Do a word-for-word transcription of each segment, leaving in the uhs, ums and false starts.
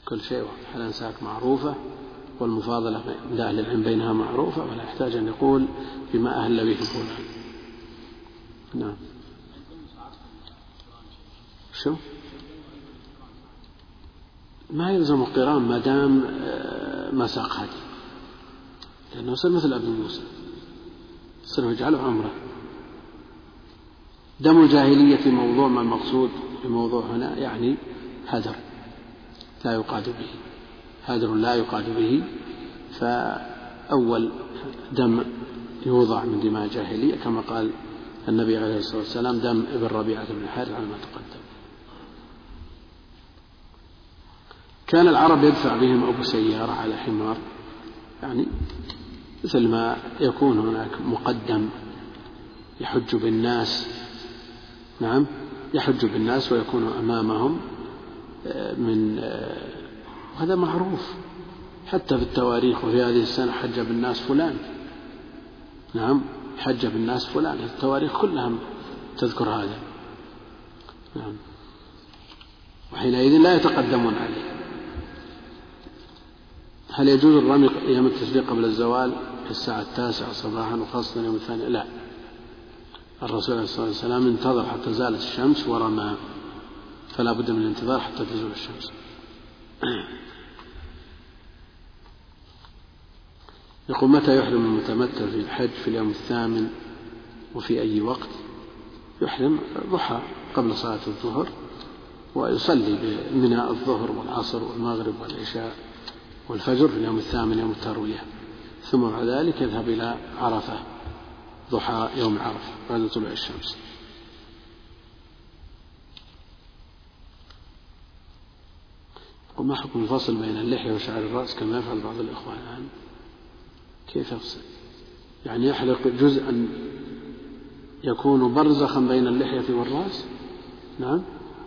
كل شيء واضح. الأنساك معروفة والمفاضلة عند أهل العلم بينها معروفة، ولا يحتاج أن يقول بما أهل به فلان. نعم. شو ما يلزم القران ما دام مساق هدي، لأنه يصير مثل أبي موسى، يصير يجعله عمره. دم الجاهلية موضوع، ما المقصود بموضوع هنا؟ يعني هدر لا يقاد به، هدر لا يقاد به. فأول دم يوضع من دماء الجاهلية كما قال النبي عليه الصلاة والسلام دم ابن ربيعة بن الحارث على ما تقدم. كان العرب يدفع بهم أبو سيارة على حمار، يعني مثل ما يكون هناك مقدم يحج بالناس، نعم يحج بالناس ويكون أمامهم من، وهذا معروف حتى في التواريخ، وفي هذه السنة حج بالناس فلان، نعم حج بالناس فلان، التواريخ كلها تذكر هذا، نعم. وحينئذ لا يتقدمون عليه. هل يجوز الرمي أيام التشريق قبل الزوال في الساعة التاسعة صباحا وخاصة يوم الثاني؟ لا، الرسول عليه الصلاة والسلام انتظر حتى زالت الشمس ورمى، فلا بد من الانتظار حتى تزول الشمس. يقول متى يحرم المتمتع في الحج؟ في اليوم الثامن وفي أي وقت؟ يحرم ضحى قبل صلاة الظهر، ويصلي بمنى الظهر والعصر والمغرب والعشاء والفجر في اليوم الثامن يوم التروية، ثم بعد ذلك يذهب إلى عرفة ضحى يوم عرفة بعد طلوع الشمس. وما حكم الفصل بين اللحية وشعر الرأس كما يفعل بعض الإخوان الآن؟ كيف يفصل؟ يعني يحلق جزءا يكون برزخا بين اللحية والرأس؟ نعم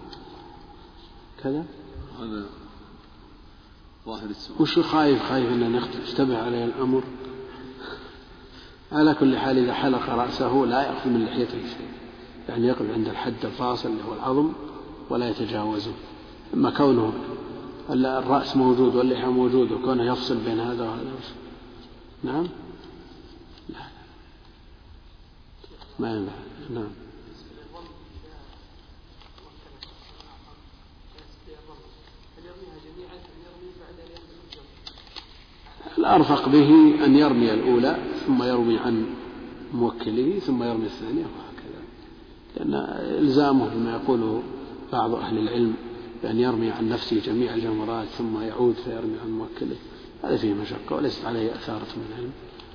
كذا. هذا ظاهر السؤال. وش خايف خايف أن يشتبه عليه الأمر؟ على كل حال إذا حلق رأسه لا يأخذ من لحيته شيء، يعني يقف عند الحد الفاصل اللي هو العظم ولا يتجاوزه. أما كونه الرأس موجود واللحية موجود وكونه يفصل بين هذا وهذا، نعم لا ما ينفع. نعم. الأرفق به أن يرمي الأولى ثم يرمي عن موكله ثم يرمي الثانية وهكذا، لأن إلزامه بما يقوله بعض أهل العلم بأن يرمي عن نفسه جميع الجمرات ثم يعود فيرمي عن موكله، هذا فيه مشقة وليست عليه أثارة من العلم.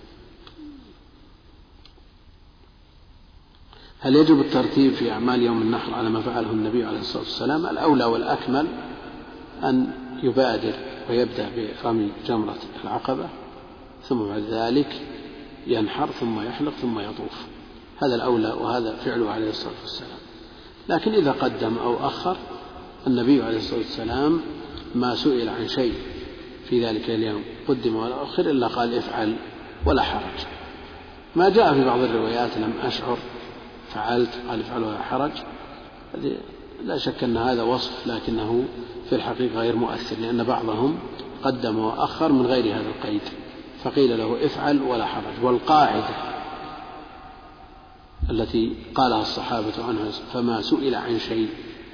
هل يجب الترتيب في أعمال يوم النحر على ما فعله النبي عليه الصلاة والسلام؟ الأولى والأكمل أن يبادر ويبدأ برمي جمرة العقبة ثم بعد ذلك ينحر ثم يحلق ثم يطوف، هذا الأولى وهذا فعله عليه الصلاة والسلام. لكن إذا قدم أو أخر، النبي عليه الصلاة والسلام ما سئل عن شيء في ذلك اليوم قدم ولا أخر إلا قال افعل ولا حرج. ما جاء في بعض الروايات لم أشعر فعلت قال افعل ولا حرج، لا شك أن هذا وصف لكنه في الحقيقة غير مؤثر، لأن بعضهم قدم وأخر من غير هذا القيد فقيل له افعل ولا حرج. والقاعدة التي قالها الصحابة عنها فما سئل عن شيء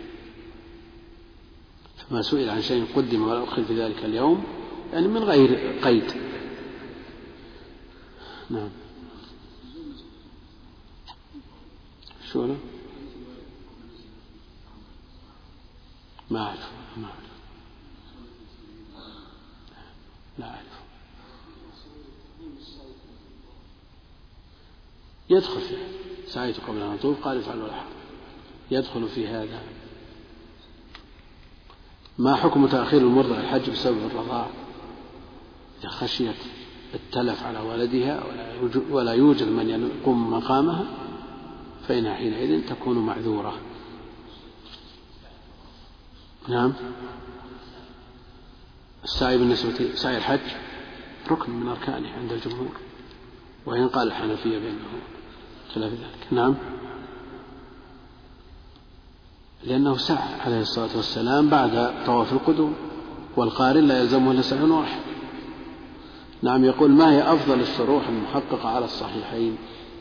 فما سئل عن شيء قدم ولا أخر في ذلك اليوم، يعني من غير قيد. نعم. شو له؟ ما أعرف ما أعرف لا أعرف. يدخل فيه سعيت قبل أن أطوف قال افعل ولا حرج، يدخل في هذا. ما حكم تأخير المرضع الحج بسبب الرضاع إذا خشيت التلف على ولدها ولا يوجد من يقوم مقامها، فإنها حينئذ تكون معذورة. نعم. السعي بالنسبة سعي الحج ركن من أركانه عند الجمهور، وإن قال الحنفية بأنه خلاف ذلك. نعم. لأنه سعى عليه الصلاة والسلام بعد طواف القدوم والقارن لا يلزمه إلا سعي واحد. نعم. يقول ما هي أفضل الشروح المحققة على الصحيحين؟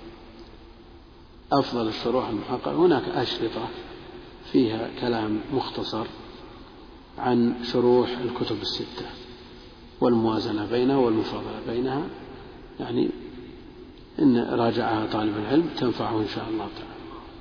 أفضل الشروح المحققة هناك أشرطة فيها كلام مختصر عن شروح الكتب الستة والموازنة بينها والمفاضلة بينها، يعني إن راجعها طالب العلم تنفعه إن شاء الله تعالى.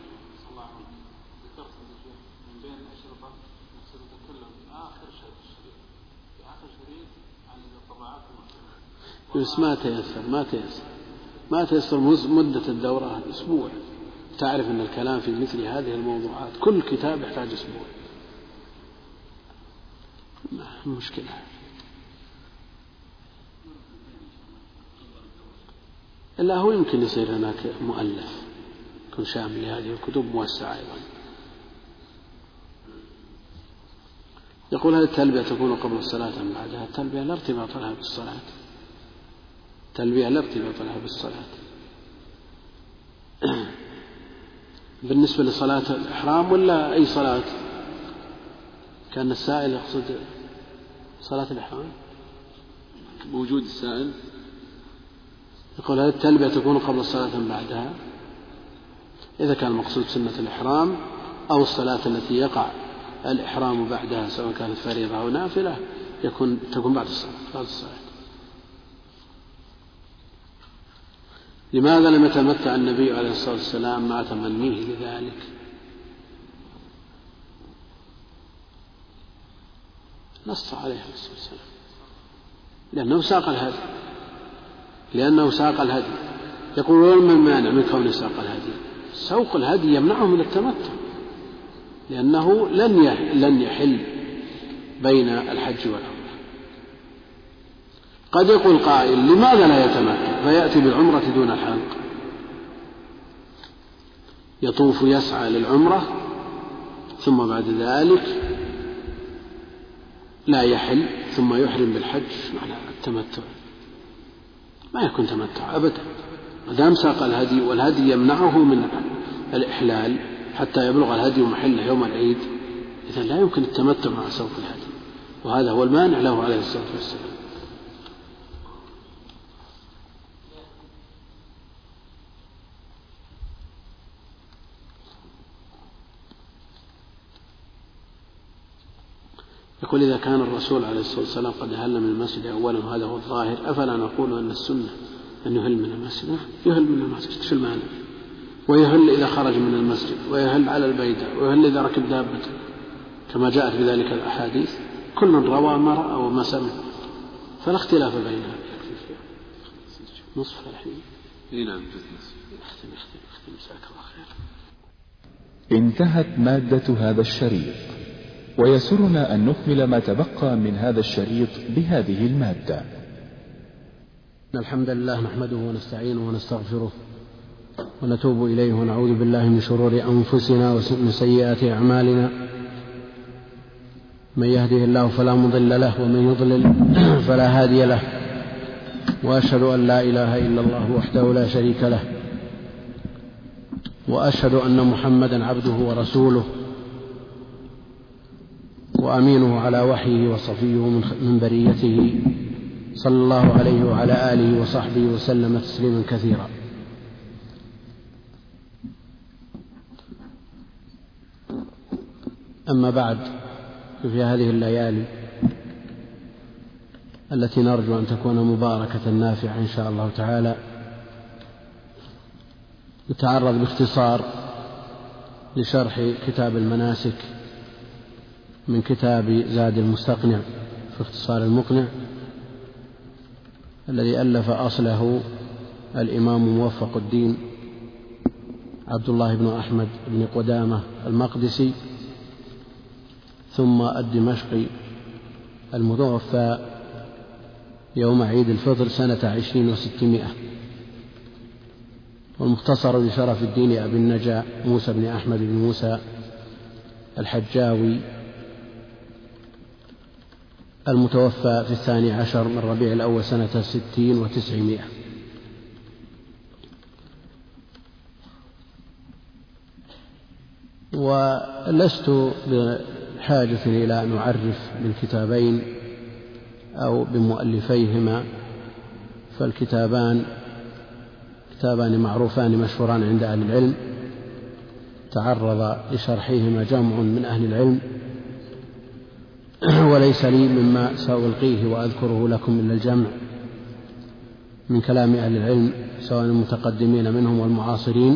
بس ما تيسر ما تيسر ما تيسر مدة الدورة أسبوع. تعرف أن الكلام في مثل هذه الموضوعات كل كتاب يحتاج أسبوع. مشكلة. إلا هو يمكن يصير هناك مؤلف يكون شامل لهذه الكتب موسعة أيضا. يقول هل التلبية تكون قبل الصلاة أم بعدها؟ التلبية لا ارتباط لها بالصلاة. التلبية لا ارتباط لها بالصلاة. بالنسبة لصلاة الإحرام ولا أي صلاة؟ كان السائل يقصد صلاة الإحرام. موجود السائل. يقول هل التلبية تكون قبل الصلاة أم بعدها؟ إذا كان المقصود سنة الإحرام أو الصلاة التي يقع الإحرام بعدها سواء كانت فريضة أو نافلة يكون تكون بعد الصلاة. بعد الصلاة. لماذا لم يتمتع النبي عليه الصلاة والسلام مع تمنيه لذلك؟ نص عليه الصلاة والسلام لأنه ساق الهدي لأنه ساق الهدي. يقول وما المانع من كون ساق الهدي؟ سوق الهدي يمنعه من التمتع لأنه لن لن يحل بين الحج والعمرة. قد يقول قائل لماذا لا يتمتع فيأتي بالعمرة دون الحلق؟ يطوف يسعى للعمرة ثم بعد ذلك لا يحل ثم يحرم بالحج معنى التمتع ما يكون تمتع أبدا ما دام ساق الهدي والهدي يمنعه من الإحلال حتى يبلغ الهدي محله يوم العيد. إذن لا يمكن التمتع مع سوق الهدي وهذا هو المانع له عليه الصلاة والسلام. يقول إذا كان الرسول عليه الصلاة والسلام قد أهل من المسجد أولا وهذا هو الظاهر أفلا نقول أن السنة أن يهل من المسجد؟ يهل من المسجد شو المانع؟ ويهل إذا خرج من المسجد ويهل على البيداء ويهل إذا ركب دابته كما جاءت بذلك الأحاديث كل روى ما رأى وما سمع فلا اختلاف بينها. نصف الحين. نعم. اختم اختم اختم جزاك الله خير. انتهت مادة هذا الشريط ويسرنا أن نكمل ما تبقى من هذا الشريط بهذه المادة. الحمد لله نحمده ونستعينه ونستغفره ونتوب إليه ونعوذ بالله من شرور أنفسنا ومن سيئات أعمالنا. من يهده الله فلا مضل له ومن يضلل فلا هادي له. وأشهد أن لا إله إلا الله وحده لا شريك له وأشهد أن محمدا عبده ورسوله وأمينه على وحيه وصفيه من بريته صلى الله عليه وعلى آله وصحبه وسلم تسليما كثيرا. أما بعد في هذه الليالي التي نرجو أن تكون مباركة نافعة إن شاء الله تعالى نتعرض باختصار لشرح كتاب المناسك من كتاب زاد المستقنع في اختصار المقنع الذي ألف أصله الإمام موفق الدين عبد الله بن أحمد بن قدامة المقدسي ثم الدمشقي المتوفى يوم عيد الفطر سنة عشرين وستمائة. والمختصر لشرف الدين أبي النجا موسى بن أحمد بن موسى الحجاوي المتوفى في الثاني عشر من ربيع الأول سنة ستين وتسعمائة. ولست بحاجة إلى أن أعرف بالكتابين أو بمؤلفيهما، فالكتابان كتابان معروفان مشهوران عند أهل العلم، تعرض لشرحهما جمع من أهل العلم، وليس لي مما سألقيه وأذكره لكم إلا الجمع من كلام أهل العلم سواء المتقدمين منهم والمعاصرين.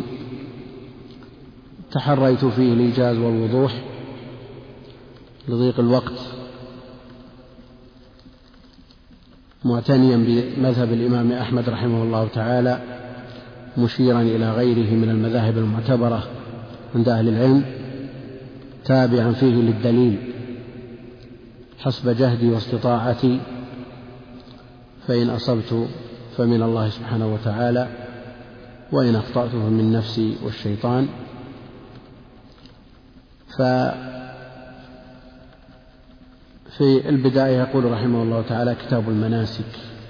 تحريت فيه الإيجاز والوضوح لضيق الوقت، معتنيا بمذهب الإمام أحمد رحمه الله تعالى، مشيرا إلى غيره من المذاهب المعتبرة عند أهل العلم، تابعا فيه للدليل حسب جهدي واستطاعتي، فإن أصبت فمن الله سبحانه وتعالى، وإن أخطأت فمن نفسي والشيطان. ففي البداية يقول رحمه الله تعالى: كتاب المناسك.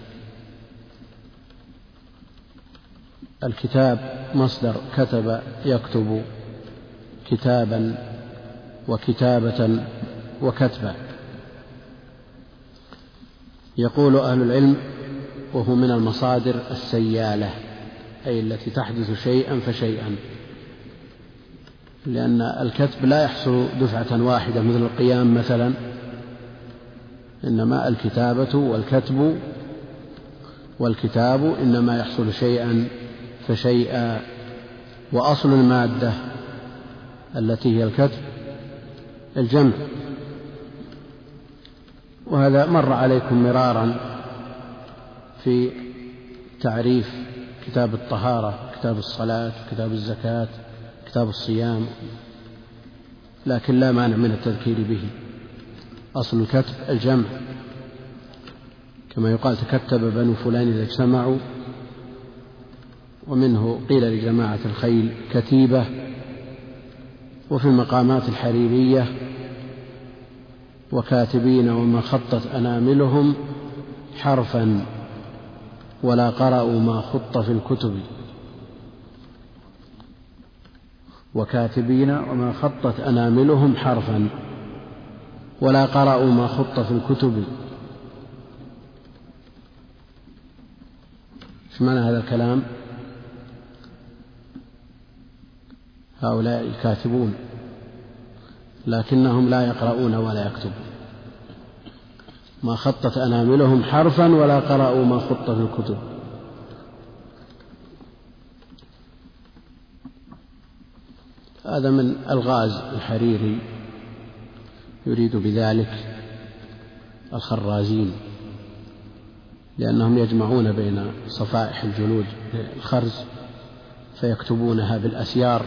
الكتاب مصدر كتب يكتب كتابا وكتابة وكتبا. يقول أهل العلم: وهو من المصادر السيالة، أي التي تحدث شيئا فشيئا، لأن الكتب لا يحصل دفعة واحدة مثل القيام مثلا، إنما الكتابة والكتب والكتاب إنما يحصل شيئا فشيئا. وأصل المادة التي هي الكتب الجمع، وهذا مر عليكم مرارا في تعريف كتاب الطهارة، كتاب الصلاة، كتاب الزكاة، كتاب الصيام، لكن لا مانع من التذكير به. أصل الكتب الجمع، كما يقال: تكتب بنو فلان إذا اجتمعوا. ومنه قيل لجماعة الخيل كتيبة. وفي المقامات الحريرية: وكاتبين وما خطت أناملهم حرفا ولا قرأوا ما خط في الكتب. وكاتبين وما خطت أناملهم حرفا ولا قرأوا ما خط في الكتب. ايش معنى هذا الكلام؟ هؤلاء الكاتبون لكنهم لا يقرؤون ولا يكتبون. ما خطت أناملهم حرفا ولا قرأوا ما خط في الكتب. هذا من ألغاز الحريري، يريد بذلك الخرازين، لأنهم يجمعون بين صفائح الجلود الخرز فيكتبونها بالأسيار.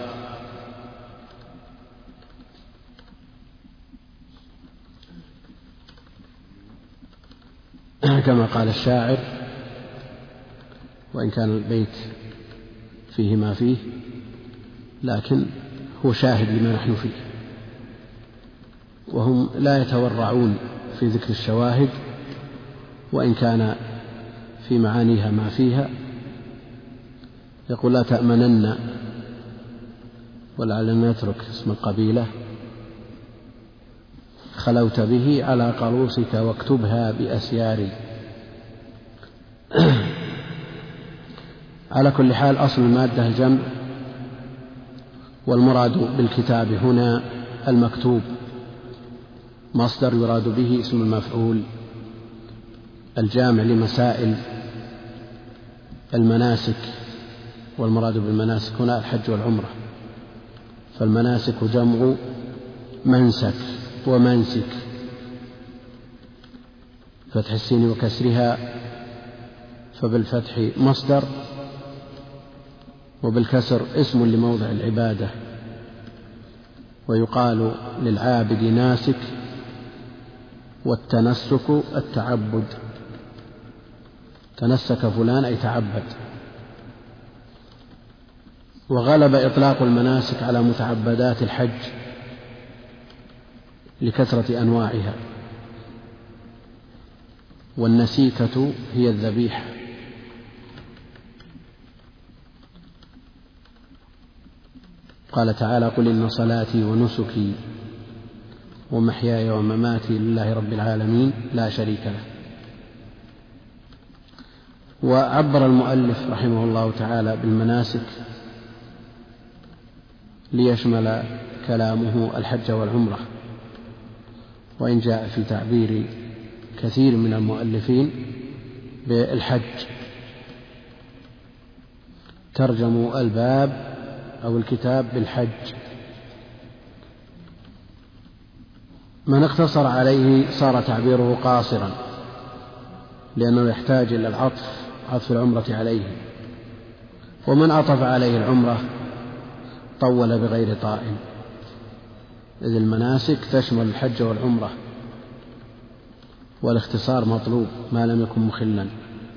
كما قال الشاعر: وإن كان البيت فيه ما فيه لكن هو شاهد لما نحن فيه. وهم لا يتورعون في ذكر الشواهد، وإن كان في معانيها ما فيها. يقول: لا تأمنن، ولعلنا نترك اسم القبيلة، خلوت به على قلوصك واكتبها بأسياري. على كل حال، أصل المادة الجمع، والمراد بالكتاب هنا المكتوب، مصدر يراد به اسم المفعول الجامع لمسائل المناسك. والمراد بالمناسك هنا الحج والعمرة، فالمناسك جمع منسك ومنسك، فتح السين وكسرها، فبالفتح مصدر، وبالكسر اسم لموضع العبادة. ويقال للعابد ناسك، والتنسك التعبد. تنسك فلان أي تعبد. وغلب إطلاق المناسك على متعبدات الحج لكثرة أنواعها، والنسيكة هي الذبيحة. قال تعالى: قل إن صلاتي ونسكي ومحياي ومماتي لله رب العالمين لا شريك له. وعبر المؤلف رحمه الله تعالى بالمناسك ليشمل كلامه الحج والعمرة، وإن جاء في تعبير كثير من المؤلفين بالحج. ترجموا الباب أو الكتاب بالحج. من اقتصر عليه صار تعبيره قاصرا، لأنه يحتاج إلى العطف، عطف العمرة عليه، ومن عطف عليه العمرة طول بغير طائل، إذ المناسك تشمل الحج والعمرة، والاختصار مطلوب ما لم يكن مخلا.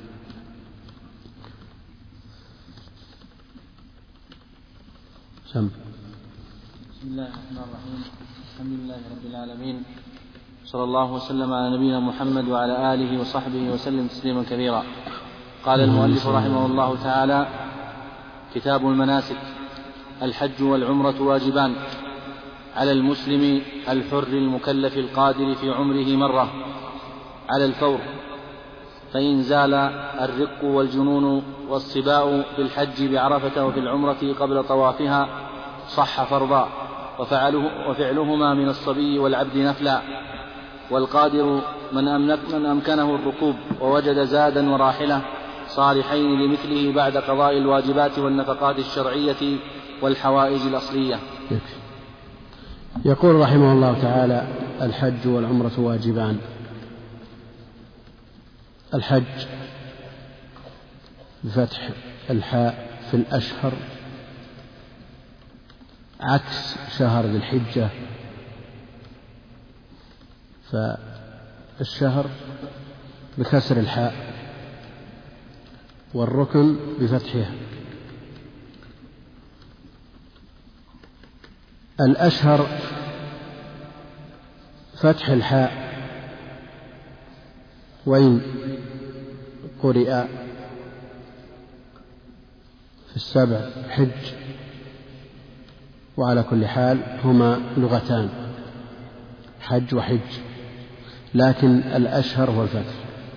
سم. بسم الله الرحمن الرحيم. الحمد لله رب العالمين، صلى الله وسلم على نبينا محمد وعلى آله وصحبه وسلم تسليما كثيرا. قال المؤلف رحمه الله تعالى: كتاب المناسك. الحج والعمرة واجبان على المسلم الحر المكلف القادر في عمره مرة على الفور، فإن زال الرق والجنون والصباء في الحج بعرفة وفي العمرة قبل طوافها صح فرضا، وفعله وفعلهما من الصبي والعبد نفلا. والقادر من, من أمكنه الركوب ووجد زادا وراحلة صالحين لمثله بعد قضاء الواجبات والنفقات الشرعية والحوائج الأصلية. يقول رحمه الله تعالى: الحج والعمرة واجبان. الحج بفتح الحاء في الأشهر عكس شهر ذي الحجة، فالشهر بكسر الحاء والركن بفتحها. الأشهر فتح الحاء، وإن قرئ في السبع حج، وعلى كل حال هما لغتان، حج وحج، لكن الأشهر هو الفتح.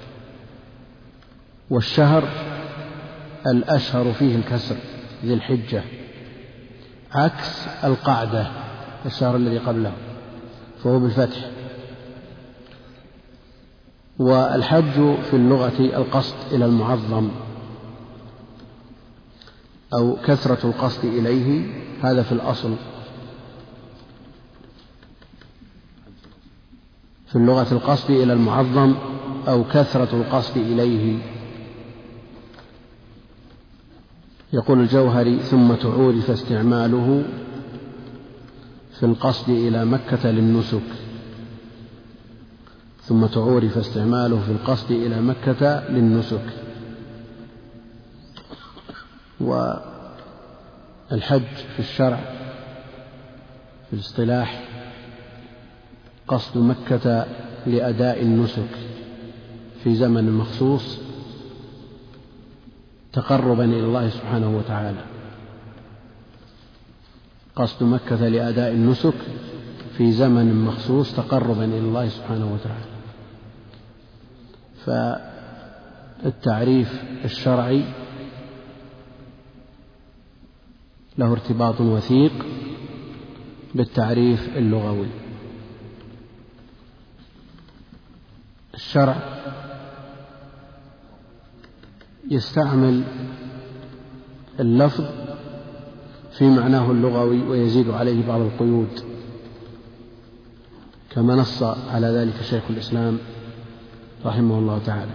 والشهر الأشهر فيه الكسر، ذي الحجة، عكس القعدة الشهر الذي قبله فهو بالفتح. والحج في اللغة القصد إلى المعظم أو كثرة القصد إليه، هذا في الأصل. في اللغة القصد إلى المعظم أو كثرة القصد إليه. يقول الجوهري: ثم تعورف استعماله في القصد إلى مكة للنسك. ثم تعورف استعماله في القصد إلى مكة للنسك. والحج في الشرع في الاصطلاح قصد مكة لأداء النسك في زمن مخصوص تقربا إلى الله سبحانه وتعالى. قصد مكة لأداء النسك في زمن مخصوص تقربا إلى الله سبحانه وتعالى. فالتعريف الشرعي له ارتباط وثيق بالتعريف اللغوي. الشرع يستعمل اللفظ في معناه اللغوي ويزيد عليه بعض القيود، كما نص على ذلك شيخ الإسلام رحمه الله تعالى.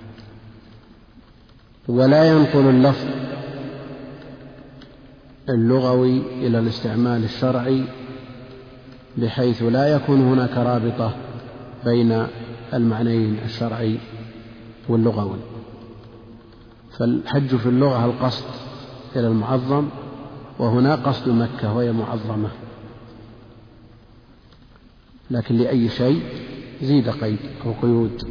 ولا ينقل اللفظ اللغوي إلى الاستعمال الشرعي بحيث لا يكون هناك رابطة بين المعنيين الشرعي واللغوي. فالحج في اللغة القصد إلى المعظم، وهنا قصد مكة وهي معظمة، لكن لأي شيء زيد قيد أو قيود.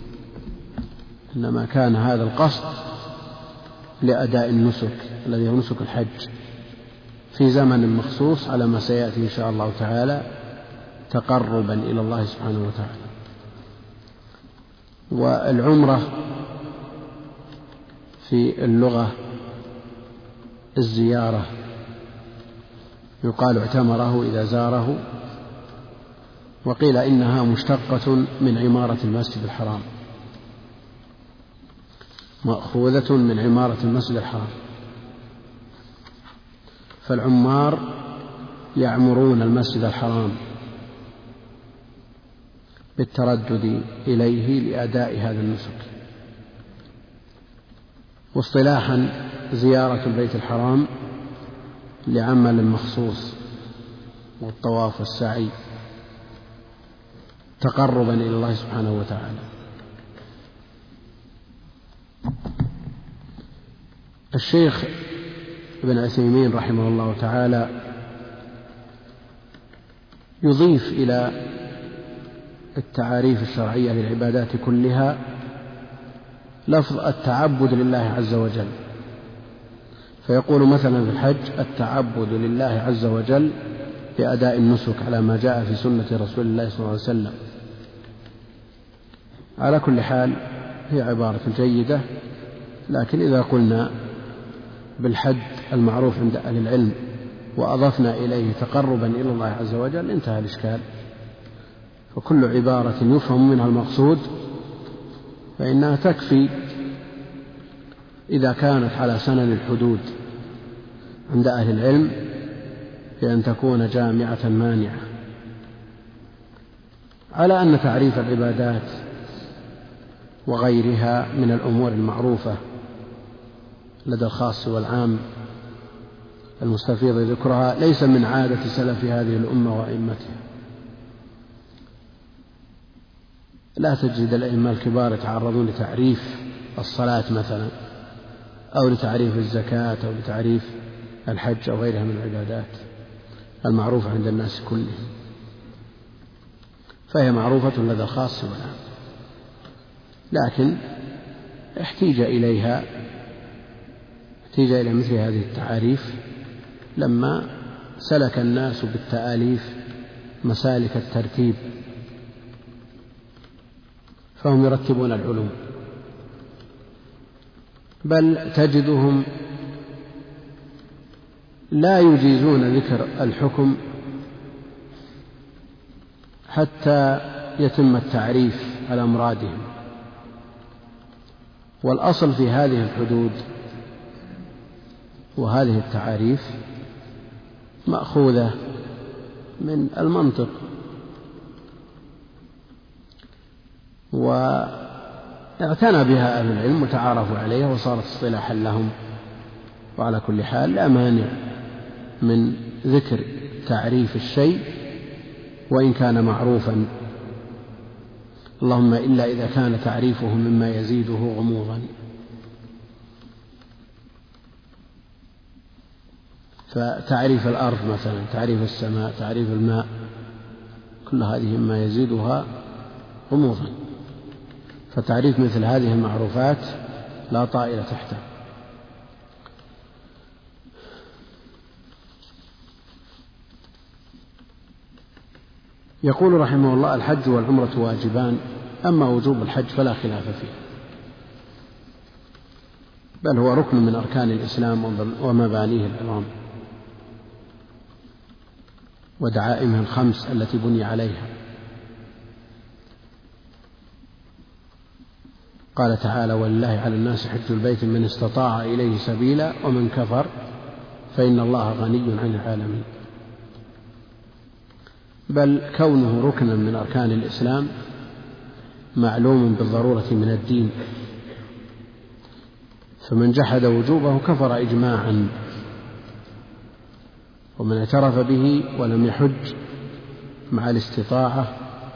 إنما كان هذا القصد لأداء النسك الذي هو نسك الحج في زمن مخصوص على ما سيأتي إن شاء الله تعالى تقربا إلى الله سبحانه وتعالى. والعمرة في اللغة الزيارة، يقال اعتمره إذا زاره، وقيل إنها مشتقة من عمارة المسجد الحرام، مأخوذة من عمارة المسجد الحرام. فالعمار يعمرون المسجد الحرام بالتردد إليه لأداء هذا النسك. واصطلاحا زيارة البيت الحرام لعمل مخصوص، والطواف والسعي تقربا إلى الله سبحانه وتعالى. الشيخ ابن عثيمين رحمه الله تعالى يضيف إلى التعاريف الشرعية للعبادات كلها لفظ التعبد لله عز وجل، فيقول مثلا في الحج التعبد لله عز وجل بأداء النسك على ما جاء في سنة رسول الله صلى الله عليه وسلم. على كل حال هي عبارة جيدة، لكن إذا قلنا بالحد المعروف عند أهل العلم وأضفنا إليه تقربا إلى الله عز وجل انتهى الإشكال. فكل عبارة يفهم منها المقصود فإنها تكفي إذا كانت على سنن الحدود عند أهل العلم بأن تكون جامعة مانعة، على أن تعريف العبادات وغيرها من الأمور المعروفة لدى الخاص والعام المستفيض ذكرها ليس من عادة سلف هذه الأمة وأئمتها. لا تجد الأئمة الكبار يتعرضون لتعريف الصلاة مثلا، أو لتعريف الزكاة، أو لتعريف الحج أو غيرها من العبادات المعروفة عند الناس كلهم، فهي معروفة لدى الخاص والعام، لكن احتيج إليها احتيج إلى مثل هذه التعاريف لما سلك الناس بالتآليف مسالك الترتيب، فهم يرتبون العلوم، بل تجدهم لا يجيزون ذكر الحكم حتى يتم التعريف على مرادهم. والأصل في هذه الحدود وهذه التعاريف مأخوذة من المنطق، واعتنى بها أهل العلم وتعارفوا عليها وصارت اصطلاحا لهم. وعلى كل حال لا مانع من ذكر تعريف الشيء وإن كان معروفا، اللهم إلا إذا كان تعريفه مما يزيده غموضا. فتعريف الأرض مثلا، تعريف السماء، تعريف الماء، كل هذه مما يزيدها غموضا، فتعريف مثل هذه المعروفات لا طائل تحته. يقول رحمه الله: الحج والعمرة واجبان، أما وجوب الحج فلا خلاف فيه، بل هو ركن من أركان الإسلام ومبانيه العظام ودعائمه الخمس التي بني عليها. قال تعالى: ولله على الناس حج البيت من استطاع إليه سبيلا ومن كفر فإن الله غني عن العالمين. بل كونه ركنا من أركان الإسلام معلوم بالضرورة من الدين، فمن جحد وجوبه كفر إجماعا، ومن اعترف به ولم يحج مع الاستطاعة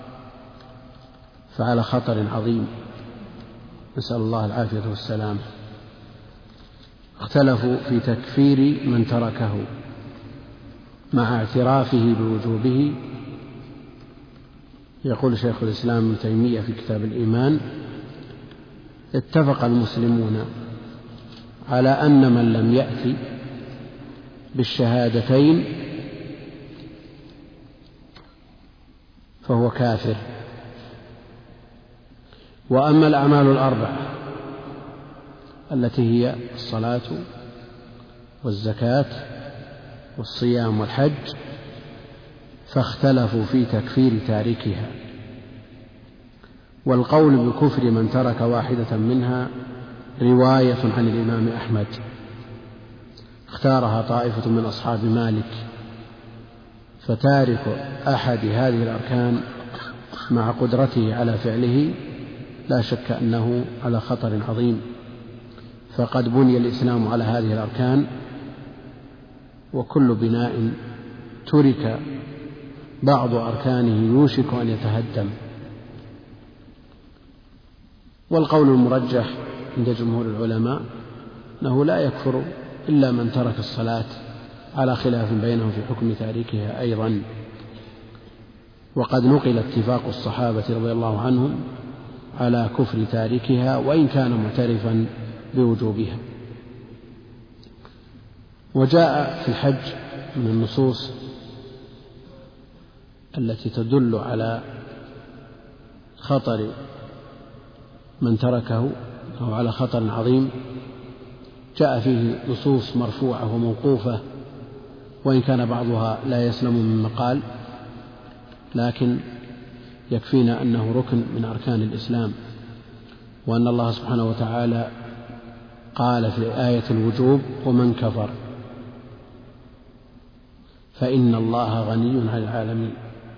فعلى خطر عظيم، نسأل الله العافية والسلام. اختلفوا في تكفير من تركه مع اعترافه بوجوبه. يقول شيخ الإسلام ابن تيمية في كتاب الإيمان: اتفق المسلمون على أن من لم يأتي بالشهادتين فهو كافر. وأما الأعمال الأربعة التي هي الصلاة والزكاة والصيام والحج، فاختلفوا في تكفير تاركها، والقول بكفر من ترك واحدة منها رواية عن الإمام أحمد، اختارها طائفة من أصحاب مالك، فتارك أحد هذه الأركان مع قدرته على فعله لا شك أنه على خطر عظيم، فقد بني الإسلام على هذه الأركان، وكل بناء ترك بعض أركانه يوشك أن يتهدم. والقول المرجح عند جمهور العلماء أنه لا يكفر إلا من ترك الصلاة، على خلاف بينهم في حكم تاركها أيضا، وقد نقل اتفاق الصحابة رضي الله عنهم على كفر تاركها وإن كان معترفا بوجوبها. وجاء في الحج من النصوص التي تدل على خطر من تركه أو على خطر عظيم، جاء فيه نصوص مرفوعة وموقوفة، وإن كان بعضها لا يسلم من مقال، لكن يكفينا أنه ركن من أركان الإسلام، وأن الله سبحانه وتعالى قال في آية الوجوب: ومن كفر فإن الله غني عن العالمين.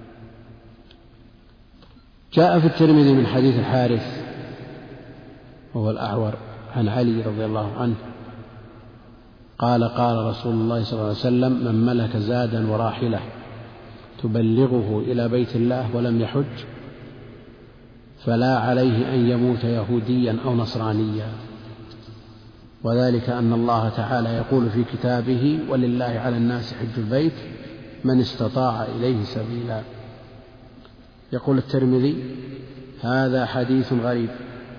جاء في الترمذي من حديث الحارث وهو الأعور عن علي رضي الله عنه قال: قال رسول الله صلى الله عليه وسلم: من ملك زادا وراحلة تبلغه إلى بيت الله ولم يحج فلا عليه أن يموت يهوديا أو نصرانيا، وذلك أن الله تعالى يقول في كتابه: ولله على الناس حج البيت من استطاع إليه سبيلا. يقول الترمذي: هذا حديث غريب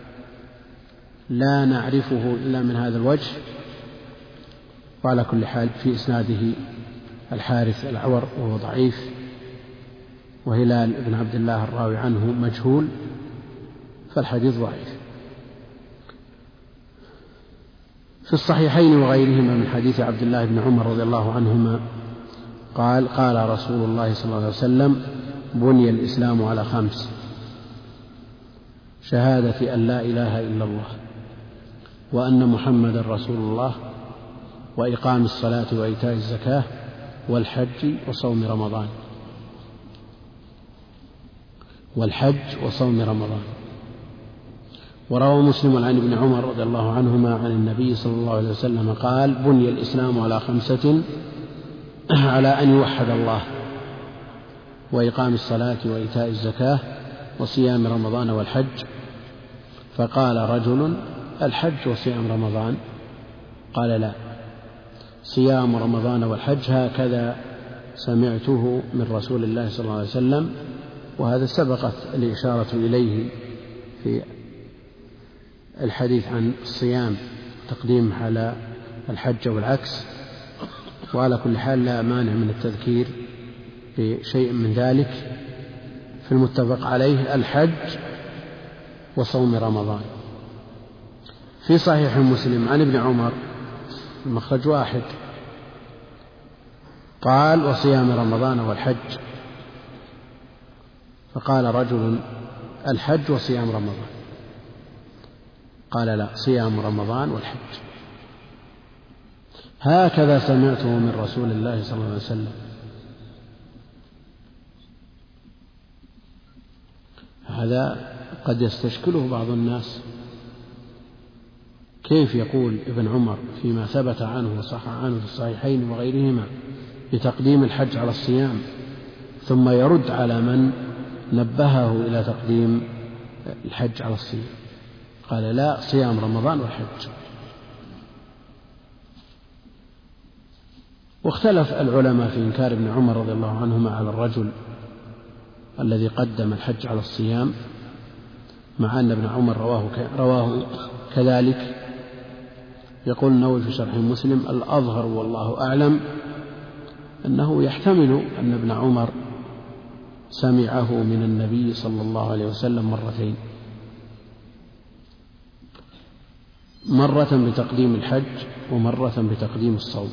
لا نعرفه إلا من هذا الوجه. وعلى كل حال في إسناده الحارث الأعور وهو ضعيف، وهلال بن عبد الله الراوي عنه مجهول، فالحديث ضعيف. في الصحيحين وغيرهما من حديث عبد الله بن عمر رضي الله عنهما قال: قال رسول الله صلى الله عليه وسلم: بني الإسلام على خمس: شهادة أن لا إله إلا الله وأن محمدا رسول الله وإقام الصلاة وإيتاء الزكاة والحج وصوم رمضان والحج وصوم رمضان. وروى مسلم عن ابن عمر رضي الله عنهما عن النبي صلى الله عليه وسلم قال: بني الإسلام على خمسة: على أن يوحد الله وإقام الصلاة وإيتاء الزكاة وصيام رمضان والحج. فقال رجل: الحج وصيام رمضان؟ قال: لا، صيام رمضان والحج، هكذا سمعته من رسول الله صلى الله عليه وسلم. وهذا سبقت الإشارة إليه في الحديث عن الصيام، تقديم على الحج والعكس. وعلى كل حال لا مانع من التذكير بشيء من ذلك في المتفق عليه: الحج وصوم رمضان. في صحيح مسلم عن ابن عمر المخرج واحد قال: وصيام رمضان والحج. فقال رجل: الحج وصيام رمضان؟ قال: لا، صيام رمضان والحج، هكذا سمعته من رسول الله صلى الله عليه وسلم. هذا قد يستشكله بعض الناس، كيف يقول ابن عمر فيما ثبت عنه وصح عنه في الصحيحين وغيرهما بتقديم الحج على الصيام، ثم يرد على من نبهه إلى تقديم الحج على الصيام؟ قال: لا، صيام رمضان والحج. واختلف العلماء في إنكار ابن عمر رضي الله عنهما على الرجل الذي قدم الحج على الصيام، مع أن ابن عمر رواه, رواه كذلك. يقول النووي في شرح مسلم: الأظهر والله أعلم أنه يحتمل أن ابن عمر سمعه من النبي صلى الله عليه وسلم مرتين. مرة بتقديم الحج ومرة بتقديم الصوم،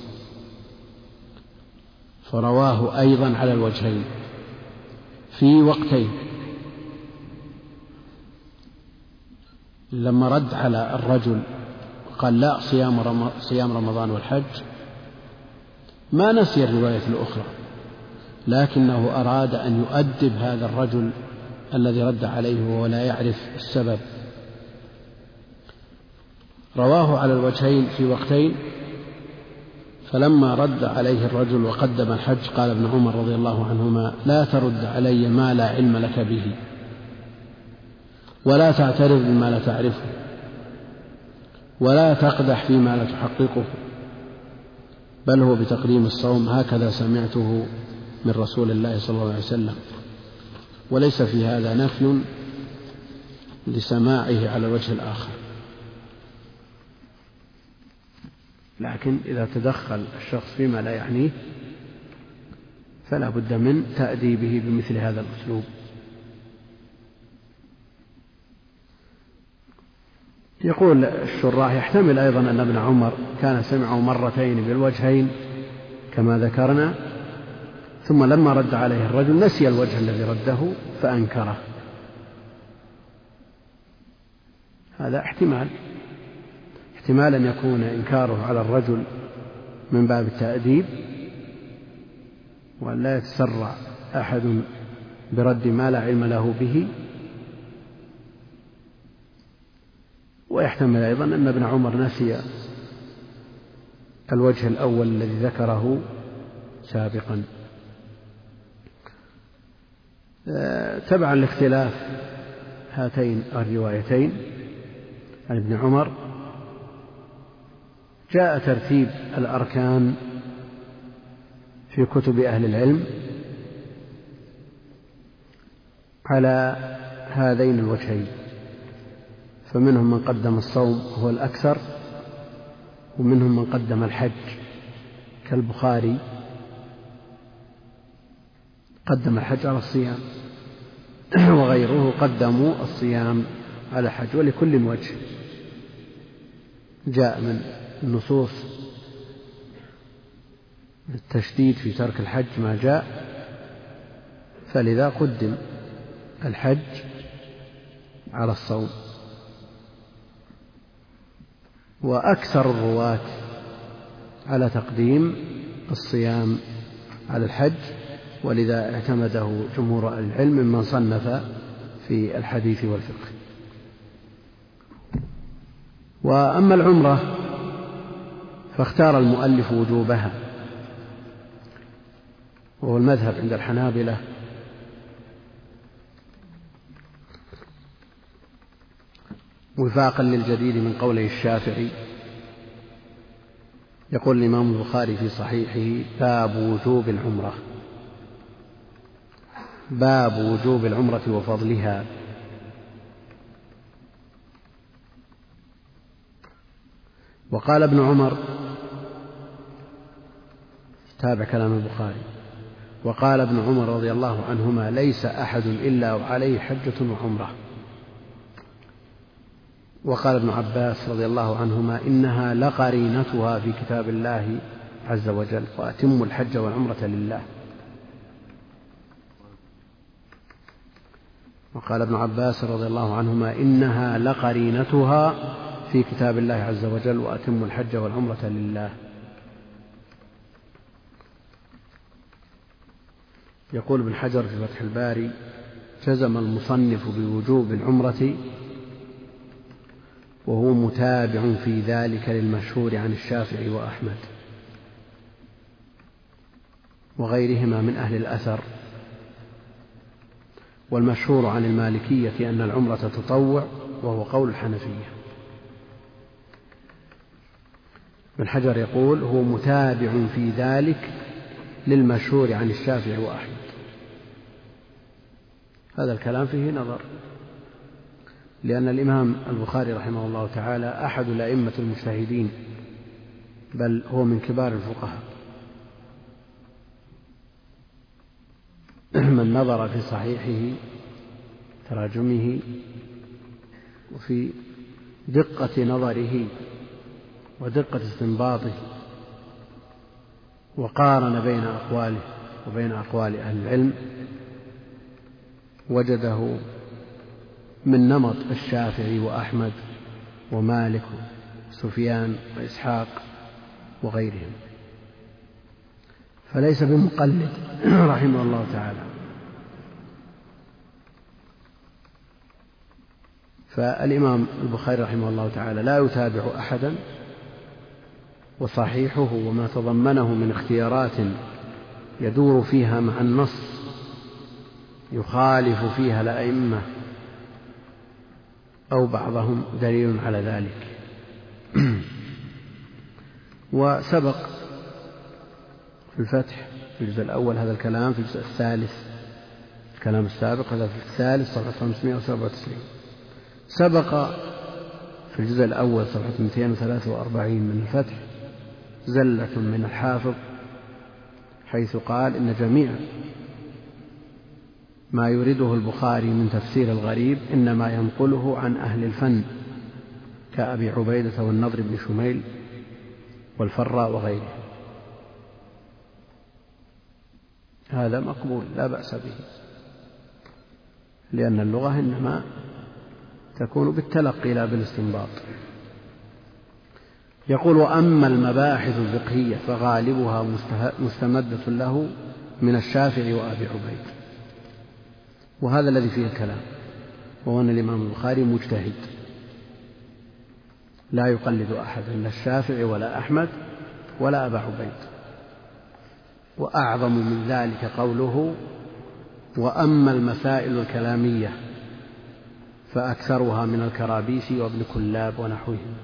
فرواه أيضا على الوجهين في وقتين. لما رد على الرجل قال لا صيام رمضان والحج، ما نسي الرواية الأخرى، لكنه أراد أن يؤدب هذا الرجل الذي رد عليه وهو لا يعرف السبب. رواه على الوجهين في وقتين، فلما رد عليه الرجل وقدم الحج قال ابن عمر رضي الله عنهما: لا ترد علي ما لا علم لك به، ولا تعترف بما لا تعرفه، ولا تقدح فيما لا تحققه، بل هو بتقديم الصوم، هكذا سمعته من رسول الله صلى الله عليه وسلم. وليس في هذا نفي لسماعه على الوجه الآخر، لكن إذا تدخل الشخص فيما لا يعنيه فلا بد من تأديبه بمثل هذا الأسلوب. يقول الشراح: يحتمل أيضا أن ابن عمر كان سمعه مرتين بالوجهين كما ذكرنا، ثم لما رد عليه الرجل نسي الوجه الذي رده فأنكره. هذا احتمال احتمال أن يكون إنكاره على الرجل من باب التأديب، وأن لا يتسرع أحد برد ما لا علم له به. ويحتمل أيضا أن ابن عمر نسي الوجه الأول الذي ذكره سابقا. تبعا لاختلاف هاتين الروايتين عن ابن عمر جاء ترتيب الأركان في كتب أهل العلم على هذين الوجهين، فمنهم من قدم الصوم هو الأكثر، ومنهم من قدم الحج كالبخاري قدم الحج على الصيام، وغيره قدموا الصيام على الحج. ولكل وجه جاء من النصوص التشديد في ترك الحج ما جاء، فلذا قدم الحج على الصوم. وأكثر الرواة على تقديم الصيام على الحج، ولذا اعتمده جمهور العلم ممن صنف في الحديث والفقه. وأما العمرة فاختار المؤلف وجوبها، وهو المذهب عند الحنابلة، وفاقا للجديد من قوله الشافعي. يقول الإمام البخاري في صحيحه: باب وجوب العمرة، باب وجوب العمرة وفضلها. وقال ابن عمر، تابع كلام البخاري، وقال ابن عمر رضي الله عنهما: ليس أحد إلا وعليه حجة وعمرة. وقال ابن عباس رضي الله عنهما: إنها لقرينتها في كتاب الله عز وجل، وأتموا الحج والعمرة لله. وقال ابن عباس رضي الله عنهما: إنها لقرينتها في كتاب الله عز وجل، وأتموا الحج والعمرة لله. يقول ابن حجر في فتح الباري: جزم المصنف بوجوب العمرة، وهو متابع في ذلك للمشهور عن الشافعي وأحمد وغيرهما من أهل الأثر. والمشهور عن المالكية أن العمرة تطوع، وهو قول الحنفية. ابن حجر يقول: هو متابع في ذلك للمشهور عن الشافعي وأحمد. هذا الكلام فيه نظر، لأن الإمام البخاري رحمه الله تعالى أحد الأئمة المجتهدين، بل هو من كبار الفقهاء. من نظر في صحيحه تراجمه وفي دقة نظره ودقة استنباطه، وقارن بين أقواله وبين أقوال أهل العلم، وجده من نمط الشافعي وأحمد ومالك وسفيان وإسحاق وغيرهم، فليس بمقلد رحمه الله تعالى. فالإمام البخاري رحمه الله تعالى لا يتابع أحدا، وصحيحه وما تضمنه من اختيارات يدور فيها مع النص يخالف فيها الأئمة أو بعضهم دليل على ذلك. وسبق في الفتح في الجزء الأول هذا الكلام، في الجزء الثالث الكلام السابق هذا في الثالث صفحة خمسمائة وسبعة وتسعين، سبق في الجزء الأول صفحة مئتين وثلاثة وأربعين من الفتح زلة من الحافظ، حيث قال إن جميع ما يريده البخاري من تفسير الغريب إنما ينقله عن أهل الفن كأبي عبيدة والنضر بن شميل والفراء وغيره. هذا مقبول لا بأس به، لأن اللغة إنما تكون بالتلقي لا بالاستنباط. يقول: وأما المباحث الفقهية فغالبها مستمدة له من الشافعي وأبي عبيد. وهذا الذي فيه الكلام، وهو أن الإمام البخاري مجتهد لا يقلد أحدا، لا الشافعي ولا أحمد ولا أبا عبيد. وأعظم من ذلك قوله: وأما المسائل الكلامية فأكثرها من الكرابيسي وابن كلاب ونحوهم.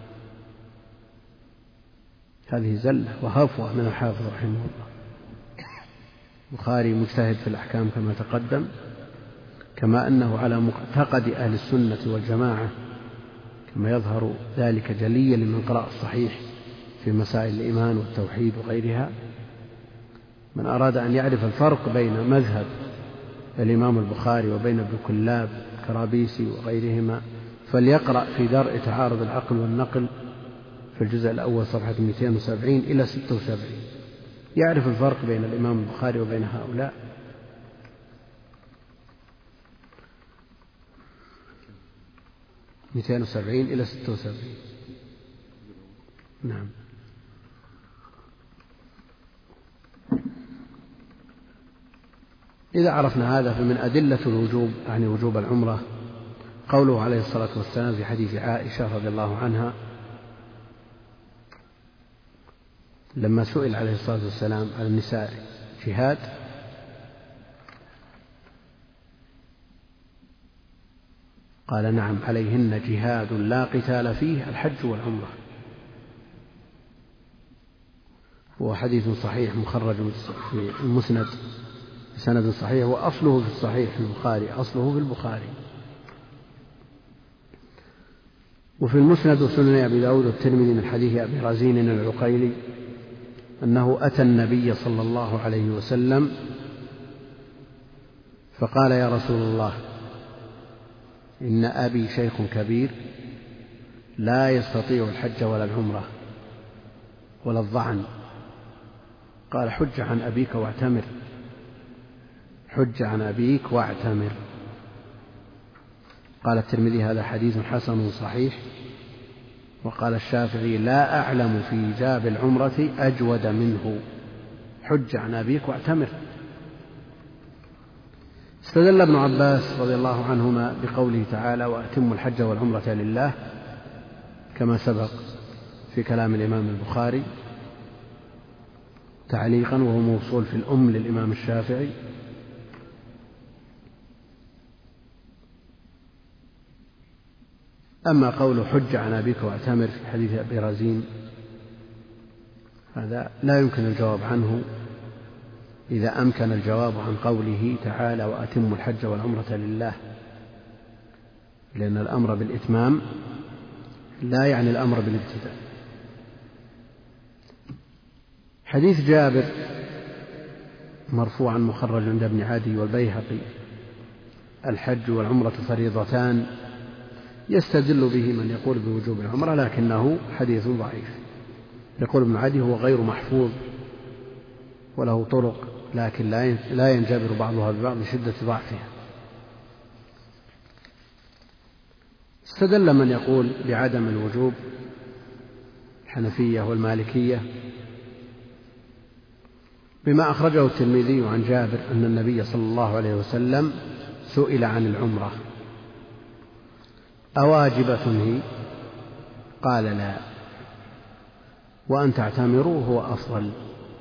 هذه زلة وهفوة من الحافظ رحمه الله. البخاري مجتهد في الأحكام كما تقدم، كما أنه على معتقد أهل السنة والجماعة، كما يظهر ذلك جليا لمن قرأ الصحيح في مسائل الإيمان والتوحيد وغيرها. من أراد أن يعرف الفرق بين مذهب الإمام البخاري وبين ابن كلاب الكرابيسي وغيرهما فليقرأ في درء تعارض العقل والنقل في الجزء الأول صفحة مئتين وسبعين إلى ستة وسبعين، يعرف الفرق بين الإمام البخاري وبين هؤلاء. مئتين وسبعين إلى ستة وسبعين. نعم. إذا عرفنا هذا فمن أدلة الوجوب يعني وجوب العمرة قوله عليه الصلاة والسلام في حديث عائشة رضي الله عنها لما سئل عليه الصلاة والسلام على النساء جهاد قال: نعم عليهن جهاد لا قتال فيه الحج والعمرة. هو حديث صحيح مخرج في المسند بسند صحيح، وأصله في الصحيح في البخاري، أصله في البخاري. وفي المسند وسنن أبي داود والترمذي من حديث أبي رزين العقيلي أنه أتى النبي صلى الله عليه وسلم فقال: يا رسول الله، إن أبي شيخ كبير لا يستطيع الحج ولا العمرة ولا الظعن. قال: حج عن أبيك واعتمر، حج عن أبيك واعتمر. قال الترمذي: هذا حديث حسن صحيح. وقال الشافعي: لا أعلم في إيجاب العمرة أجود منه، حج عن أبيك واعتمر. استدل ابن عباس رضي الله عنهما بقوله تعالى: وأتموا الحج والعمرة لله، كما سبق في كلام الإمام البخاري تعليقا، وهو موصول في الأم للإمام الشافعي. أما قوله حج عن أبيك واعتمر في حديث أبي رزين هذا لا يمكن الجواب عنه إذا أمكن الجواب عن قوله تعالى: وأتموا الحج والعمرة لله، لأن الأمر بالإتمام لا يعني الأمر بالابتداء. حديث جابر مرفوعا مخرج عند ابن عدي والبيهقي: الحج والعمرة فريضتان يستدل به من يقول بوجوب العمرة، لكنه حديث ضعيف. يقول ابن عدي هو غير محفوظ وله طرق، لكن لا ينجبر بعضها ببعض لشدة ضعفها. استدل من يقول بعدم الوجوب الحنفية والمالكية بما أخرجه الترمذي عن جابر أن النبي صلى الله عليه وسلم سئل عن العمرة أواجبة هي؟ قال لا، وأن تعتمروا هو أفضل.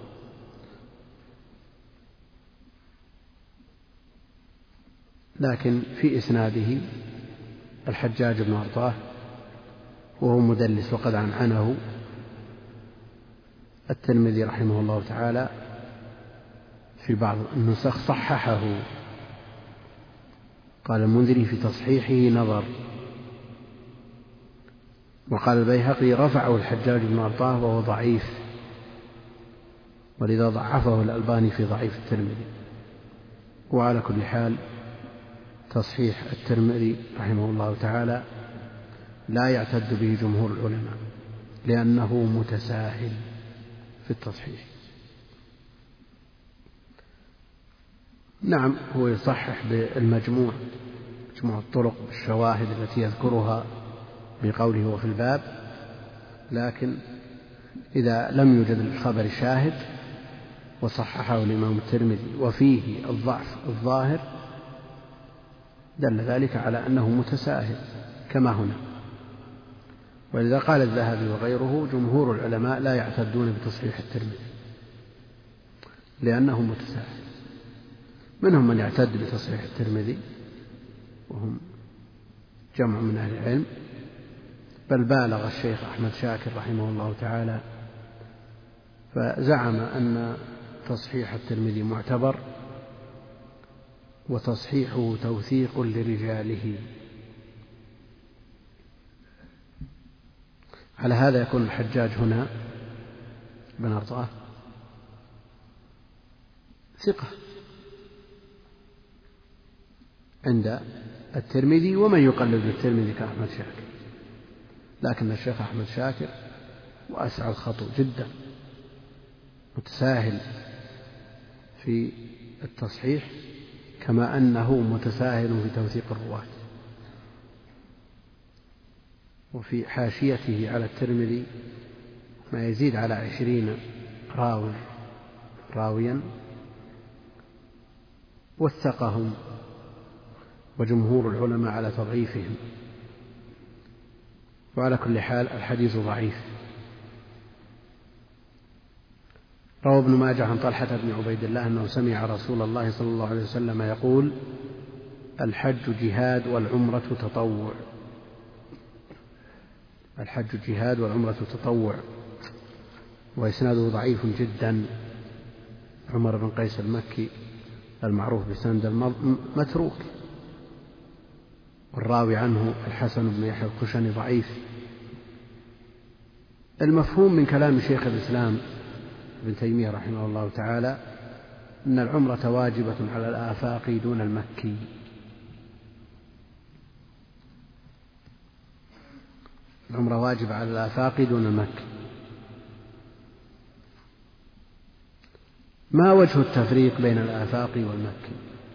لكن في إسناده الحجاج بن أرطاه وهو مدلس وقد عنعنه الترمذي رحمه الله تعالى في بعض النسخ صححه، قال المنذري في تصحيحه نظر، وقال البيهقي رفعه الحجاج بن أرطاه وهو ضعيف، ولذا ضعفه الألباني في ضعيف الترمذي. وعلى كل حال تصحيح الترمذي رحمه الله تعالى لا يعتد به جمهور العلماء لأنه متساهل في التصحيح. نعم هو يصحح بالمجموع، مجموع الطرق بالشواهد التي يذكرها بقوله وفي الباب، لكن إذا لم يوجد الخبر شاهد وصححه الإمام الترمذي وفيه الضعف الظاهر دل ذلك على أنه متساهل كما هنا. ولذا قال الذهبي وغيره جمهور العلماء لا يعتدون بتصحيح الترمذي لأنه متساهل. منهم من يعتد بتصحيح الترمذي وهم جمع من أهل العلم، بل بالغ الشيخ أحمد شاكر رحمه الله تعالى فزعم أن تصحيح الترمذي معتبر وتصحيحه توثيق لرجاله. على هذا يكون الحجاج هنا بن أرطاه ثقة عند الترمذي ومن يقلد الترمذي كأحمد شاكر، لكن الشيخ أحمد شاكر واسع الخطو جدا، متساهل في التصحيح كما أنه متساهل في توثيق الرواة. وفي حاشيته على الترمذي ما يزيد على عشرين راوي راويا وثقهم، وجمهور العلماء على تضعيفهم. وعلى كل حال الحديث ضعيف. روى ابن ماجه عن طلحة بن عبيد الله أنه سمع رسول الله صلى الله عليه وسلم يقول: الحج جهاد والعمرة تطوع. الحج جهاد والعمرة تطوع. وإسناده ضعيف جدا. عمر بن قيس المكي المعروف بسند المتروك، والراوي عنه الحسن بن يحيى الخشني ضعيف. المفهوم من كلام شيخ الإسلام ابن تيمية رحمه الله تعالى أن العمرة واجبة على الآفاق دون المكي. العمرة واجبة على الآفاق دون المكي. ما وجه التفريق بين الآفاق والمكي؟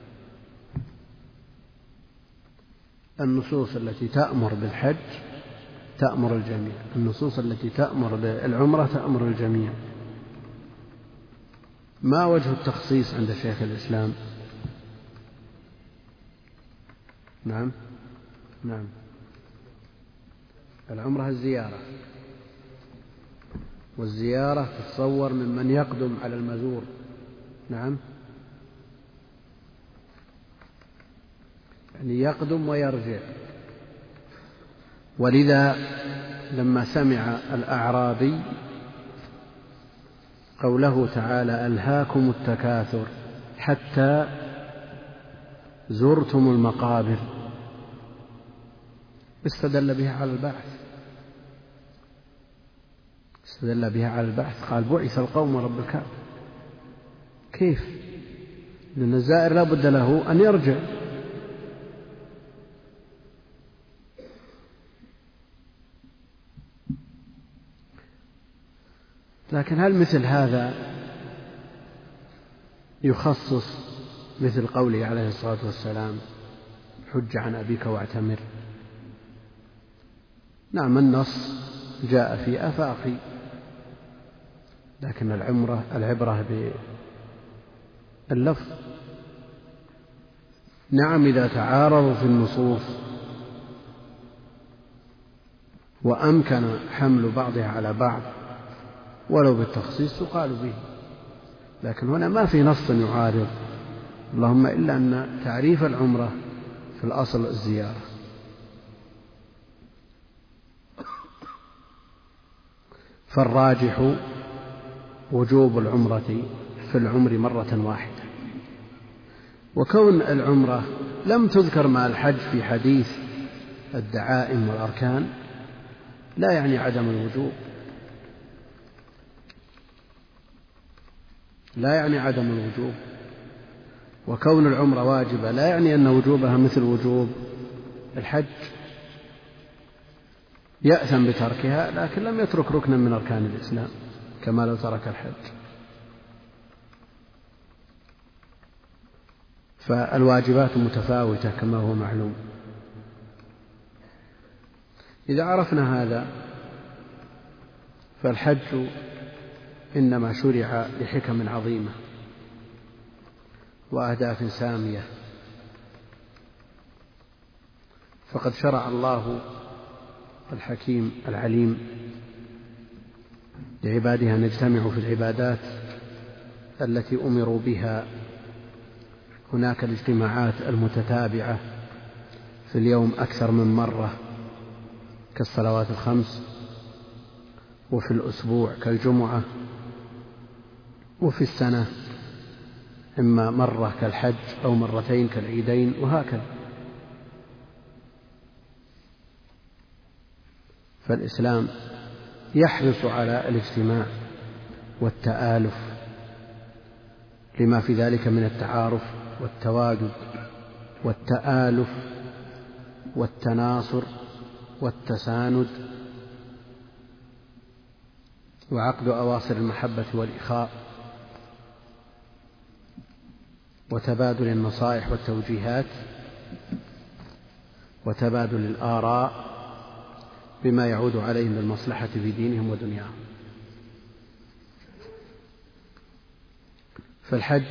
النصوص التي تأمر بالحج تأمر الجميع، النصوص التي تأمر بالعمرة تأمر الجميع. ما وجه التخصيص عند شيخ الإسلام؟ نعم نعم العمرة الزيارة، والزيارة تتصور ممن يقدم على المزور. نعم يعني يقدم ويرجع. ولذا لما سمع الأعرابي قوله تعالى: ألهاكم التكاثر حتى زرتم المقابر، استدل بها على البعث استدل بها على البعث قال: بعث القوم رب الكعبة. كيف؟ لأن الزائر لا بد له أن يرجع. لكن هل مثل هذا يخصص مثل قوله عليه الصلاة والسلام حج عن أبيك واعتمر؟ نعم النص جاء في آفاقي، لكن العمرة العبرة باللفظ. نعم إذا تعارضوا في النصوص وأمكن حمل بعضها على بعض ولو بالتخصيص يقال به، لكن هنا ما في نص يعارض، اللهم إلا أن تعريف العمرة في الأصل الزيارة. فالراجح وجوب العمرة في العمر مرة واحدة، وكون العمرة لم تذكر مع الحج في حديث الدعائم والأركان لا يعني عدم الوجوب، لا يعني عدم الوجوب، وكون العمرة واجبة لا يعني أن وجوبها مثل وجوب الحج، يأثم بتركها لكن لم يترك ركنا من أركان الإسلام كما لو ترك الحج. فالواجبات متفاوتة كما هو معلوم. إذا عرفنا هذا فالحج إنما شرع لحكم عظيمة وأهداف سامية، فقد شرع الله الحكيم العليم لعباده أن يجتمعوا في العبادات التي أمروا بها. هناك الاجتماعات المتتابعة في اليوم أكثر من مرة كالصلوات الخمس، وفي الأسبوع كالجمعة، وفي السنة إما مرة كالحج أو مرتين كالعيدين، وهكذا. فالإسلام يحرص على الاجتماع والتآلف لما في ذلك من التعارف والتوادد والتآلف والتناصر والتساند وعقد أواصر المحبة والإخاء وتبادل النصائح والتوجيهات وتبادل الآراء بما يعود عليهم بالمصلحة في دينهم ودنياهم. فالحج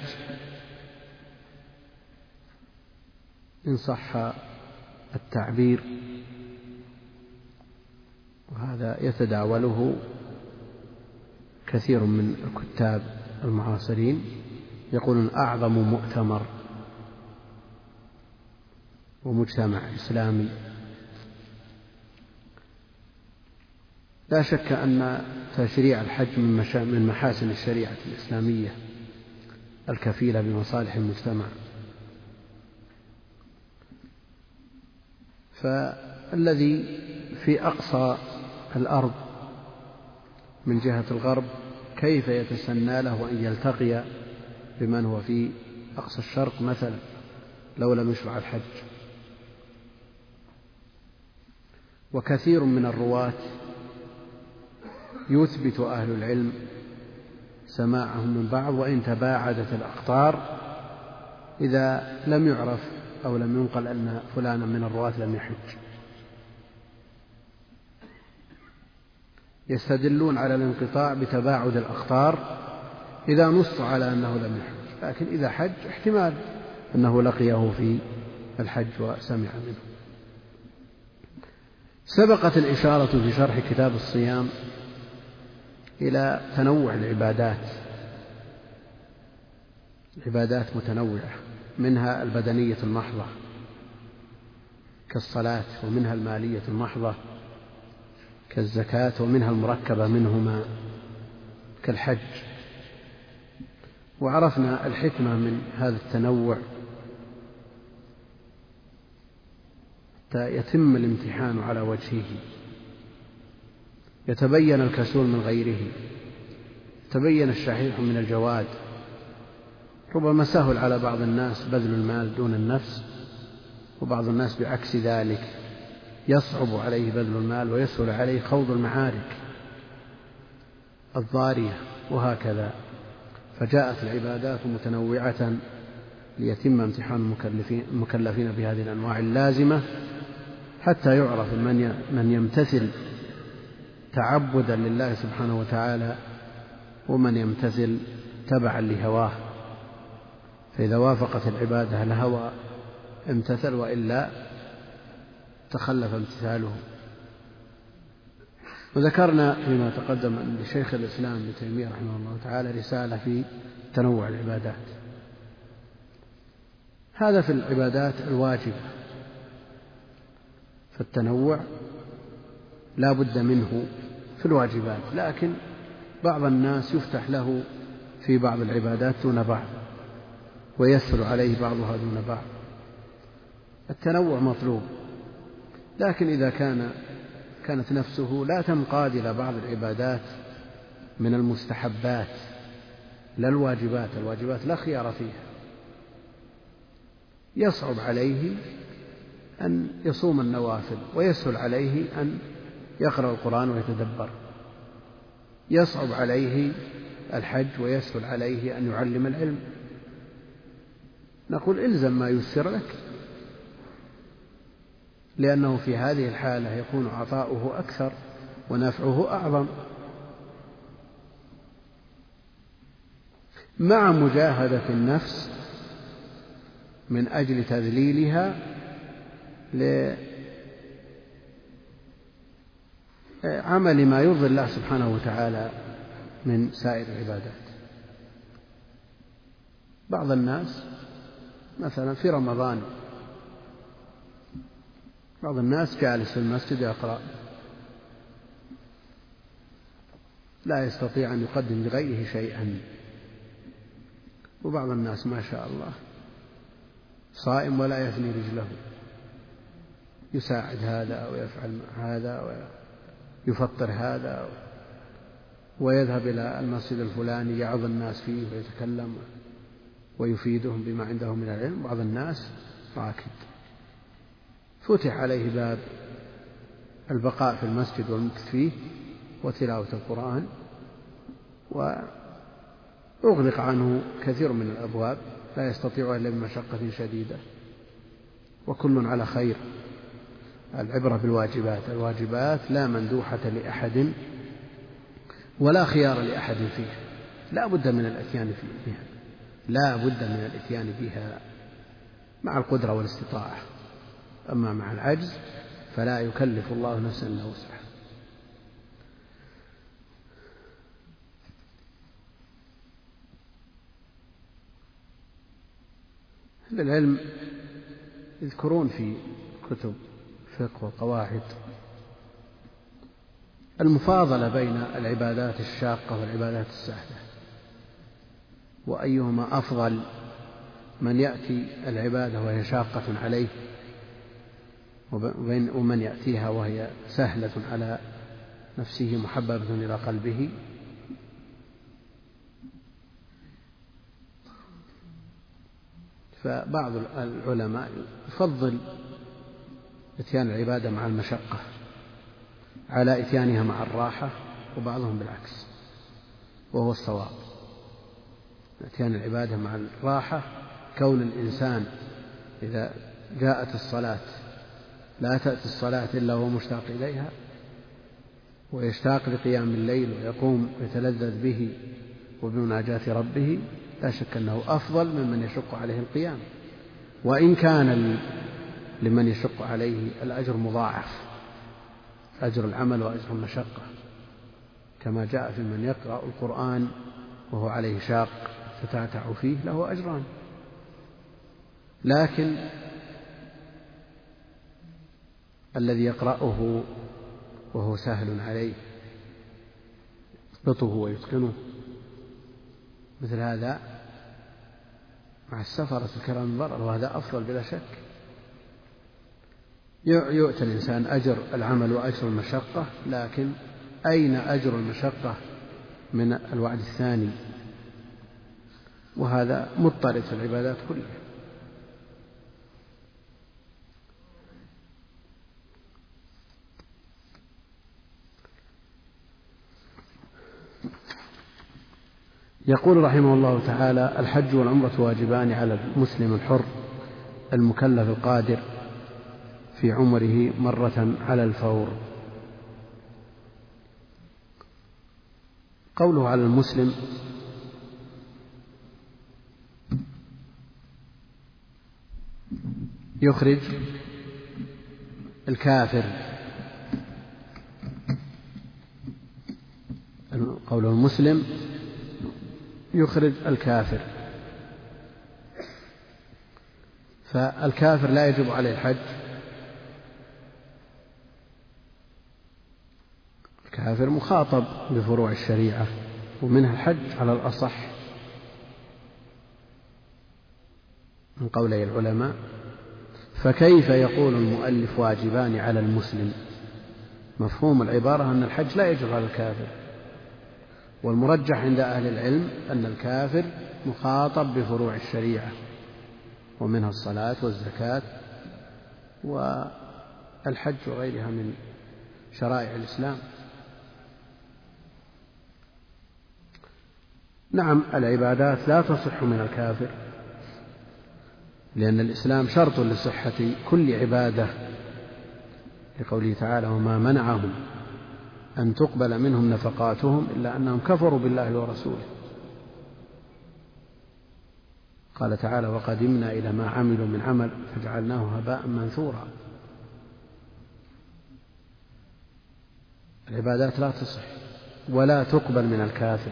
إن صح التعبير، وهذا يتداوله كثير من الكتاب المعاصرين، يقولون أعظم مؤتمر ومجتمع إسلامي. لا شك أن تشريع الحج من محاسن الشريعة الإسلامية الكفيلة بمصالح المجتمع. فالذي في أقصى الأرض من جهة الغرب كيف يتسنى له أن يلتقي بمن هو في أقصى الشرق مثلا لو لم يشرع الحج؟ وكثير من الرواة يثبت أهل العلم سماعهم من بعض وإن تباعدت الأقطار، إذا لم يعرف أو لم ينقل أن فلانا من الرواة لم يحج. يستدلون على الانقطاع بتباعد الأقطار إذا نص على أنه لم يحج، لكن إذا حج احتمال أنه لقيه في الحج وسمع منه. سبقت الإشارة في شرح كتاب الصيام إلى تنوع العبادات، عبادات متنوعة، منها البدنية المحضة كالصلاة، ومنها المالية المحضة كالزكاة، ومنها المركبة منهما كالحج. وعرفنا الحكمة من هذا التنوع حتى يتم الامتحان على وجهه، يتبين الكسول من غيره، يتبين الشحيح من الجواد. ربما سهل على بعض الناس بذل المال دون النفس، وبعض الناس بعكس ذلك يصعب عليه بذل المال ويسهل عليه خوض المعارك. الضارية وهكذا. فجاءت العبادات متنوعة ليتم امتحان المكلفين بهذه الأنواع اللازمة حتى يعرف من يمتثل تعبدا لله سبحانه وتعالى ومن يمتثل تبعا لهواه. فإذا وافقت العبادة الهوى امتثل، وإلا تخلف امتثاله. وذكرنا فيما تقدم أن لشيخ الإسلام ابن تيمية رحمه الله تعالى رسالة في تنوع العبادات. هذا في العبادات الواجبة، فالتنوع لا بد منه في الواجبات، لكن بعض الناس يفتح له في بعض العبادات دون بعض ويسهل عليه بعضها دون بعض. التنوع مطلوب، لكن إذا كان كانت نفسه لا تنقاد إلى بعض العبادات من المستحبات لا الواجبات، الواجبات لا خيار فيها، يصعب عليه أن يصوم النوافل، ويسهل عليه أن يقرأ القرآن ويتدبر، يصعب عليه الحج ويسهل عليه أن يعلم العلم. نقول إلزم ما يسر لك، لأنه في هذه الحالة يكون عطاؤه أكثر ونفعه أعظم، مع مجاهدة النفس من أجل تذليلها لعمل ما يرضي الله سبحانه وتعالى من سائر العبادات. بعض الناس مثلا في رمضان بعض الناس جالس في المسجد يقرأ، لا يستطيع أن يقدم لغيره شيئا، وبعض الناس ما شاء الله صائم ولا يثني رجله، يساعد هذا ويفعل هذا ويفطر هذا ويذهب إلى المسجد الفلاني يعظ الناس فيه ويتكلم ويفيدهم بما عنده من العلم. بعض الناس راكد، فتح عليه باب البقاء في المسجد والمكث فيه وتلاوة القرآن، وأغلق عنه كثير من الأبواب لا يستطيع إلا بمشقة شديدة، وكل على خير. العبرة بالواجبات، الواجبات لا مندوحة لأحد ولا خيار لأحد فيها، لا بد من الاتيان بها، لا بد من الاتيان بها مع القدرة والاستطاعة. أما مع العجز فلا يكلف الله نفسا إلا وسعها. أهل العلم يذكرون في كتب الفقه والقواعد المفاضلة بين العبادات الشاقة والعبادات السهلة، وأيهما أفضل، من يأتي العبادة وهي شاقة عليه ومن يأتيها وهي سهلة على نفسه محببة إلى قلبه. فبعض العلماء يفضل اتيان العبادة مع المشقة على اتيانها مع الراحة، وبعضهم بالعكس، وهو الصواب. اتيان العبادة مع الراحة كون الإنسان إذا جاءت الصلاة لا تأتي الصلاة إلا وهو مشتاق إليها ويشتاق لقيام الليل ويقوم يتلذذ به وبمناجاة ربه، لا شك أنه أفضل ممن يشق عليه القيام، وإن كان لمن يشق عليه الأجر مضاعف، أجر العمل وأجر المشقة، كما جاء في من يقرأ القرآن وهو عليه شاق تتعتع فيه له أجران. لكن الذي يقرأه وهو سهل عليه يضبطه ويتقنه، مثل هذا مع السفرة الكرام البرر، وهذا أفضل بلا شك. يؤتى الإنسان أجر العمل وأجر المشقة، لكن أين أجر المشقة من الوعد الثاني؟ وهذا مضطرد في العبادات كلها. يقول رحمه الله تعالى: الحج والعمرة واجبان على المسلم الحر المكلف القادر في عمره مرة على الفور. قوله على المسلم يخرج الكافر، قوله المسلم يخرج الكافر، فالكافر لا يجب عليه الحج، الكافر مخاطب بفروع الشريعة ومنها الحج على الأصح من قولي العلماء. فكيف يقول المؤلف واجبان على المسلم؟ مفهوم العبارة أن الحج لا يجب على الكافر، والمرجح عند أهل العلم أن الكافر مخاطب بفروع الشريعة ومنها الصلاة والزكاة والحج وغيرها من شرائع الإسلام. نعم، العبادات لا تصح من الكافر، لأن الإسلام شرط لصحة كل عبادة، لقوله تعالى: وما منعهم أن تقبل منهم نفقاتهم إلا أنهم كفروا بالله ورسوله. قال تعالى: وقدمنا إلى ما عملوا من عمل فجعلناه هباء منثورا. العبادات لا تصح ولا تقبل من الكافر،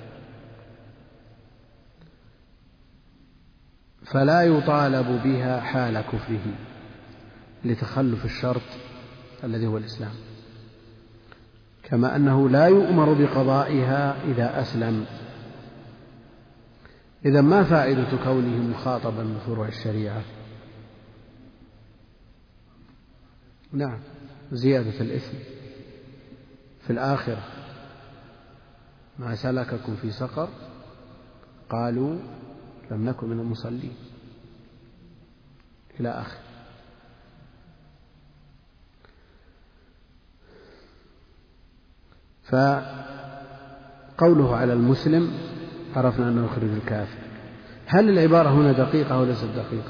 فلا يطالب بها حال كفره لتخلف الشرط الذي هو الإسلام، كما أنه لا يؤمر بقضائها إذا أسلم. إذا ما فائدة كونه مخاطبا بفروع الشريعة؟ نعم، زيادة الإثم في الآخرة. ما سلككم في سقر؟ قالوا لم نكن من المصلين، إلى آخر. فقوله على المسلم عرفنا أنه يخرج الكافر. هل العبارة هنا دقيقة أو ليست دقيقة؟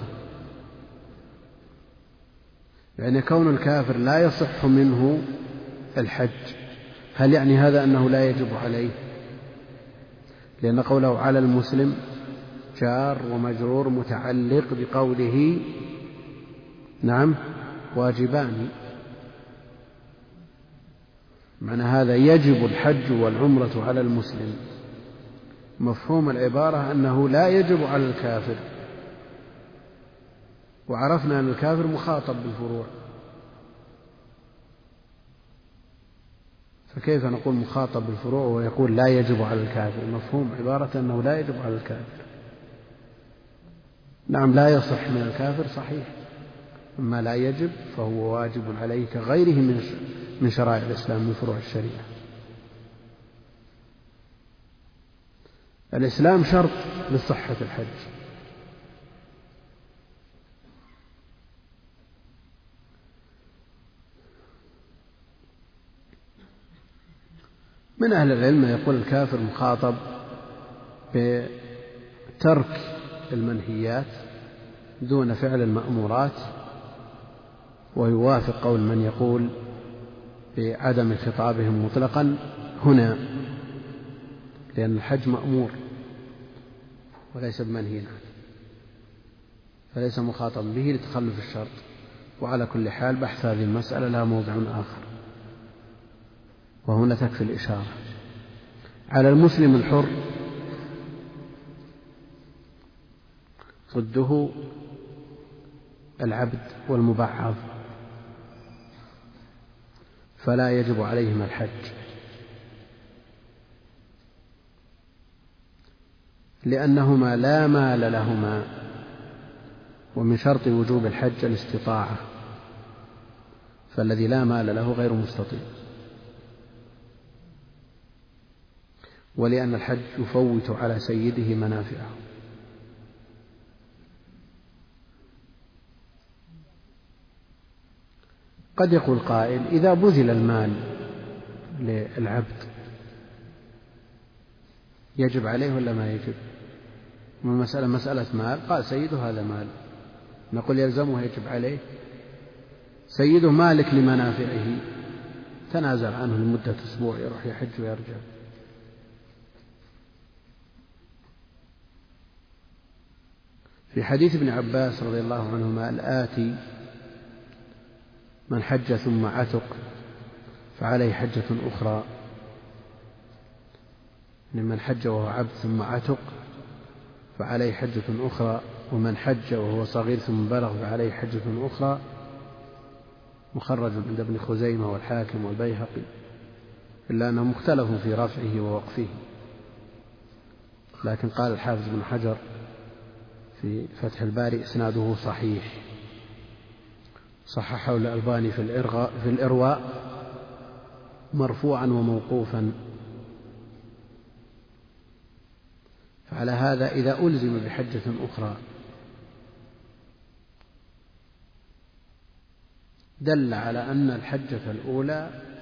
يعني كون الكافر لا يصح منه الحج، هل يعني هذا أنه لا يجب عليه؟ لأن قوله على المسلم جار ومجرور متعلق بقوله نعم واجبان، معنى هذا يجب الحج والعمرة على المسلم. مفهوم العبارة أنه لا يجب على الكافر، وعرفنا أن الكافر مخاطب بالفروع، فكيف نقول مخاطب بالفروع ويقول لا يجب على الكافر؟ مفهوم عبارة أنه لا يجب على الكافر. نعم، لا يصح من الكافر صحيح، أما لا يجب فهو واجب عليه كغيره من شرائع الإسلام من فروع الشريعة. الإسلام شرط لصحة الحج. من أهل العلم يقول الكافر مخاطب بترك المنهيات دون فعل المأمورات، ويوافق قول من يقول بعدم خطابهم مطلقا هنا، لأن الحج مأمور وليس بمنهي عنه، فليس مخاطبا به لتخلف الشرط. وعلى كل حال بحث هذه المسألة لها موضع آخر، وهنا تكفي الإشارة. على المسلم الحر ضده العبد والمبعض، فلا يجب عليهما الحج، لأنهما لا مال لهما، ومن شرط وجوب الحج الاستطاعة، فالذي لا مال له غير مستطيع. ولأن الحج يفوت على سيده منافعه. قد يقول قائل: إذا بذل المال للعبد يجب عليه ولا ما يجب؟ المسألة مسألة مال، قال سيده هذا مال، نقول يلزمه يجب عليه؟ سيده مالك لمنافعه، تنازل عنه لمدة أسبوع يروح يحج ويرجع. في حديث ابن عباس رضي الله عنهما الآتي من حج ثم عتق فعليه حجة أخرى، من حج وهو عبد ثم عتق فعليه حجة أخرى، ومن حج وهو صغير ثم بلغ فعليه حجة أخرى، مخرج عند ابن خزيمة والحاكم والبيهقي، إلا أنه مختلف في رفعه ووقفه، لكن قال الحافظ بن حجر في فتح الباري إسناده صحيح، صححه الألباني في الإرغاء في الإرواء مرفوعا وموقوفا. فعلى هذا إذا ألزم بحجة أخرى دل على أن الحجة الأولى